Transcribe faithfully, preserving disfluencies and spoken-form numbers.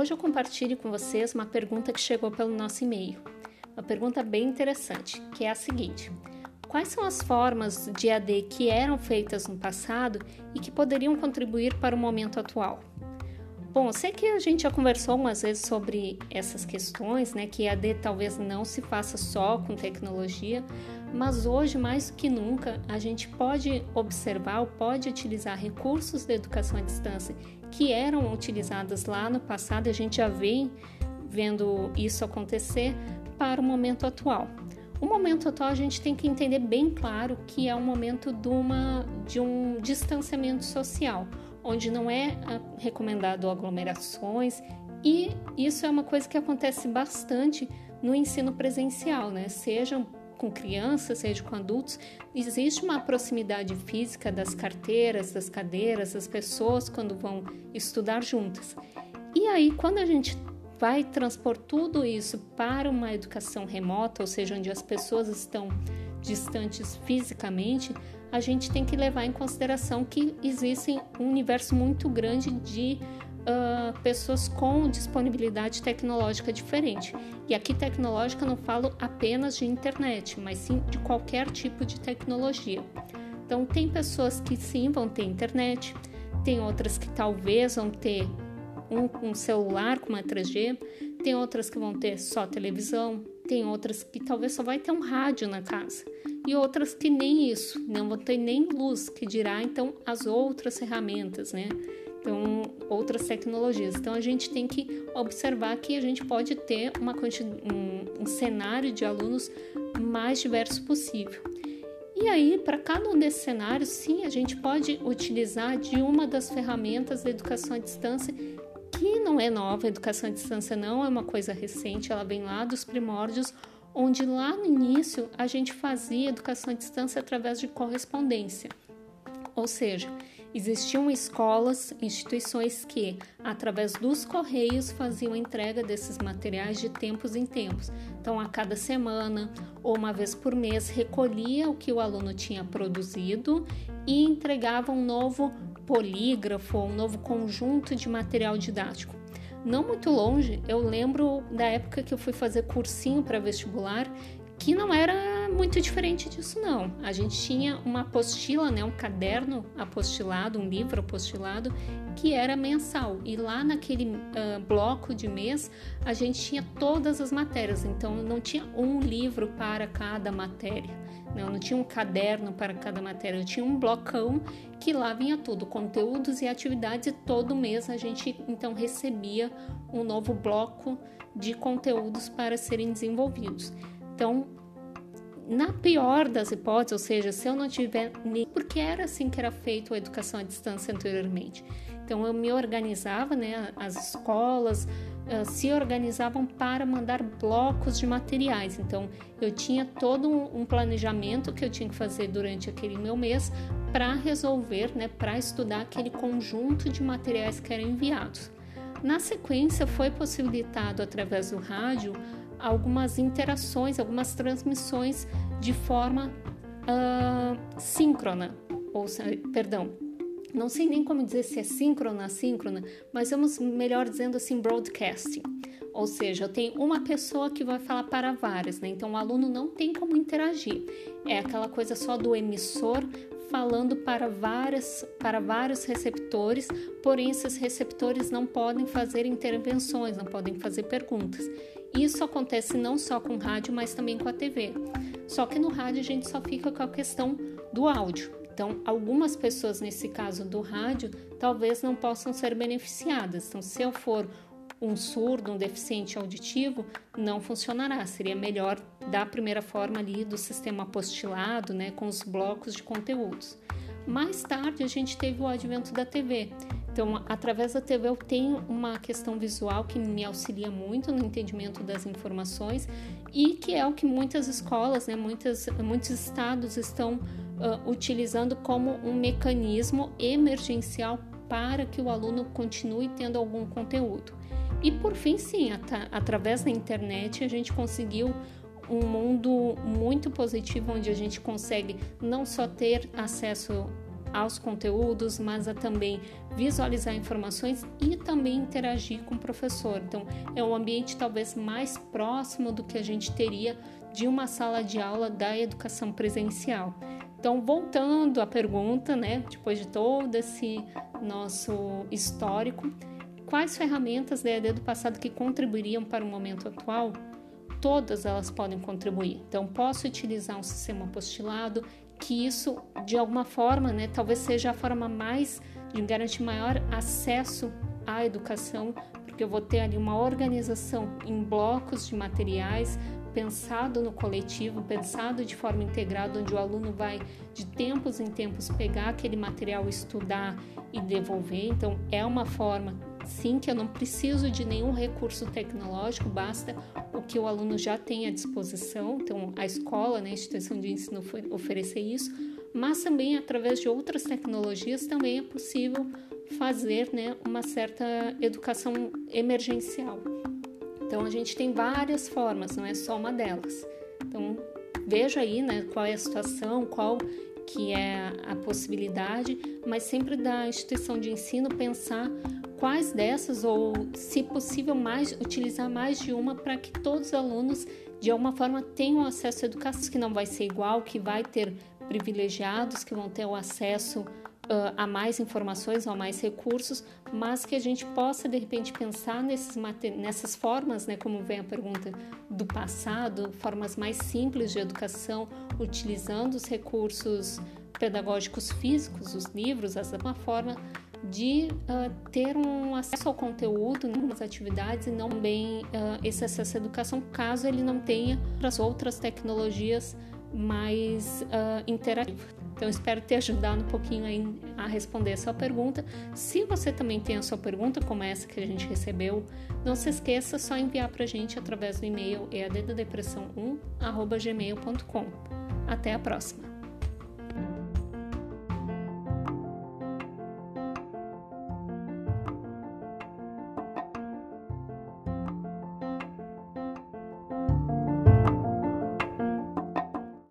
Hoje eu compartilho com vocês uma pergunta que chegou pelo nosso e-mail. Uma pergunta bem interessante, que é a seguinte: quais são as formas de E A D que eram feitas no passado e que poderiam contribuir para o momento atual? Bom, eu sei que a gente já conversou umas vezes sobre essas questões, né? Que E A D talvez não se faça só com tecnologia, mas hoje, mais do que nunca, a gente pode observar ou pode utilizar recursos da educação à distância que eram utilizados lá no passado, e a gente já vem vendo isso acontecer para o momento atual. O momento atual a gente tem que entender bem claro que é um momento de, uma, de um distanciamento social, onde não é recomendado aglomerações, e isso é uma coisa que acontece bastante no ensino presencial, né? Seja com crianças, seja com adultos, existe uma proximidade física das carteiras, das cadeiras, das pessoas quando vão estudar juntas. E aí, quando a gente vai transpor tudo isso para uma educação remota, ou seja, onde as pessoas estão distantes fisicamente, a gente tem que levar em consideração que existe um universo muito grande de uh, pessoas com disponibilidade tecnológica diferente. E aqui tecnológica não falo apenas de internet, mas sim de qualquer tipo de tecnologia. Então tem pessoas que sim vão ter internet, tem outras que talvez vão ter um, um celular com uma três G, tem outras que vão ter só televisão, tem outras que talvez só vai ter um rádio na casa, e outras que nem isso, não vão ter nem luz, que dirá então as outras ferramentas, né? Então, outras tecnologias. Então, a gente tem que observar que a gente pode ter uma, um, um cenário de alunos mais diverso possível. E aí, para cada um desses cenários, sim, a gente pode utilizar de uma das ferramentas da educação à distância, que não é nova. A educação à distância não é uma coisa recente, ela vem lá dos primórdios, onde lá no início a gente fazia educação à distância através de correspondência. Ou seja, existiam escolas, instituições que, através dos correios, faziam a entrega desses materiais de tempos em tempos. Então, a cada semana ou uma vez por mês, recolhia o que o aluno tinha produzido e entregava um novo polígrafo, um novo conjunto de material didático. Não muito longe, eu lembro da época que eu fui fazer cursinho para vestibular, que não era muito diferente disso não. A gente tinha uma apostila, né, um caderno apostilado, um livro apostilado, que era mensal. E lá naquele uh, bloco de mês, a gente tinha todas as matérias. Então, não tinha um livro para cada matéria. Não, não tinha um caderno para cada matéria. Eu tinha um blocão que lá vinha tudo, conteúdos e atividades. E todo mês a gente, então, recebia um novo bloco de conteúdos para serem desenvolvidos. Então, na pior das hipóteses, ou seja, se eu não tiver nem... Porque era assim que era feito a educação à distância anteriormente. Então, eu me organizava, né? As escolas uh, se organizavam para mandar blocos de materiais. Então, eu tinha todo um, um planejamento que eu tinha que fazer durante aquele meu mês para resolver, né? Para estudar aquele conjunto de materiais que eram enviados. Na sequência, foi possibilitado, através do rádio, algumas interações, algumas transmissões de forma uh, síncrona, ou perdão, não sei nem como dizer se é síncrona, assíncrona, mas vamos melhor dizendo assim, broadcasting, ou seja, eu tenho uma pessoa que vai falar para várias, né? Então o aluno não tem como interagir, é aquela coisa só do emissor falando para, várias, para vários receptores, porém esses receptores não podem fazer intervenções, não podem fazer perguntas. Isso acontece não só com rádio, mas também com a T V. Só que no rádio a gente só fica com a questão do áudio. Então, algumas pessoas, nesse caso do rádio, talvez não possam ser beneficiadas. Então, se eu for um surdo, um deficiente auditivo, não funcionará. Seria melhor da primeira forma ali do sistema apostilado, né, com os blocos de conteúdos. Mais tarde, a gente teve o advento da T V. Então, através da T V eu tenho uma questão visual que me auxilia muito no entendimento das informações e que é o que muitas escolas, né, muitas, muitos estados estão uh, utilizando como um mecanismo emergencial para que o aluno continue tendo algum conteúdo. E por fim, sim, at- através da internet a gente conseguiu um mundo muito positivo onde a gente consegue não só ter acesso aos conteúdos, mas a também visualizar informações e também interagir com o professor. Então, é um ambiente talvez mais próximo do que a gente teria de uma sala de aula da educação presencial. Então, voltando à pergunta, né, depois de todo esse nosso histórico, quais ferramentas da E A D do passado que contribuiriam para o momento atual? Todas elas podem contribuir. Então, posso utilizar um sistema apostilado, que isso, de alguma forma, né, talvez seja a forma mais de garantir maior acesso à educação, porque eu vou ter ali uma organização em blocos de materiais, pensado no coletivo, pensado de forma integrada, onde o aluno vai de tempos em tempos pegar aquele material, estudar e devolver. Então, é uma forma, sim, que eu não preciso de nenhum recurso tecnológico, basta o que o aluno já tem à disposição. Então, a escola, né, a instituição de ensino oferecer isso, mas também através de outras tecnologias também é possível fazer, né, uma certa educação emergencial. Então, a gente tem várias formas, não é só uma delas. Então, veja aí, né, qual é a situação, qual que é a possibilidade, mas sempre da instituição de ensino pensar quais dessas, ou se possível mais, utilizar mais de uma para que todos os alunos de alguma forma tenham acesso à educação, que não vai ser igual, que vai ter privilegiados que vão ter o acesso Uh, a mais informações, a mais recursos, mas que a gente possa de repente pensar nesses mater... nessas formas, né, como vem a pergunta do passado, formas mais simples de educação, utilizando os recursos pedagógicos físicos, os livros, essa é uma forma de uh, ter um acesso ao conteúdo nas atividades e não bem uh, esse acesso à educação, caso ele não tenha as outras tecnologias mais uh, interativas. Então, espero ter ajudado um pouquinho aí a responder a sua pergunta. Se você também tem a sua pergunta, como essa que a gente recebeu, não se esqueça, só enviar para a gente através do e-mail e a d da depressão um arroba gmail ponto com. Até a próxima!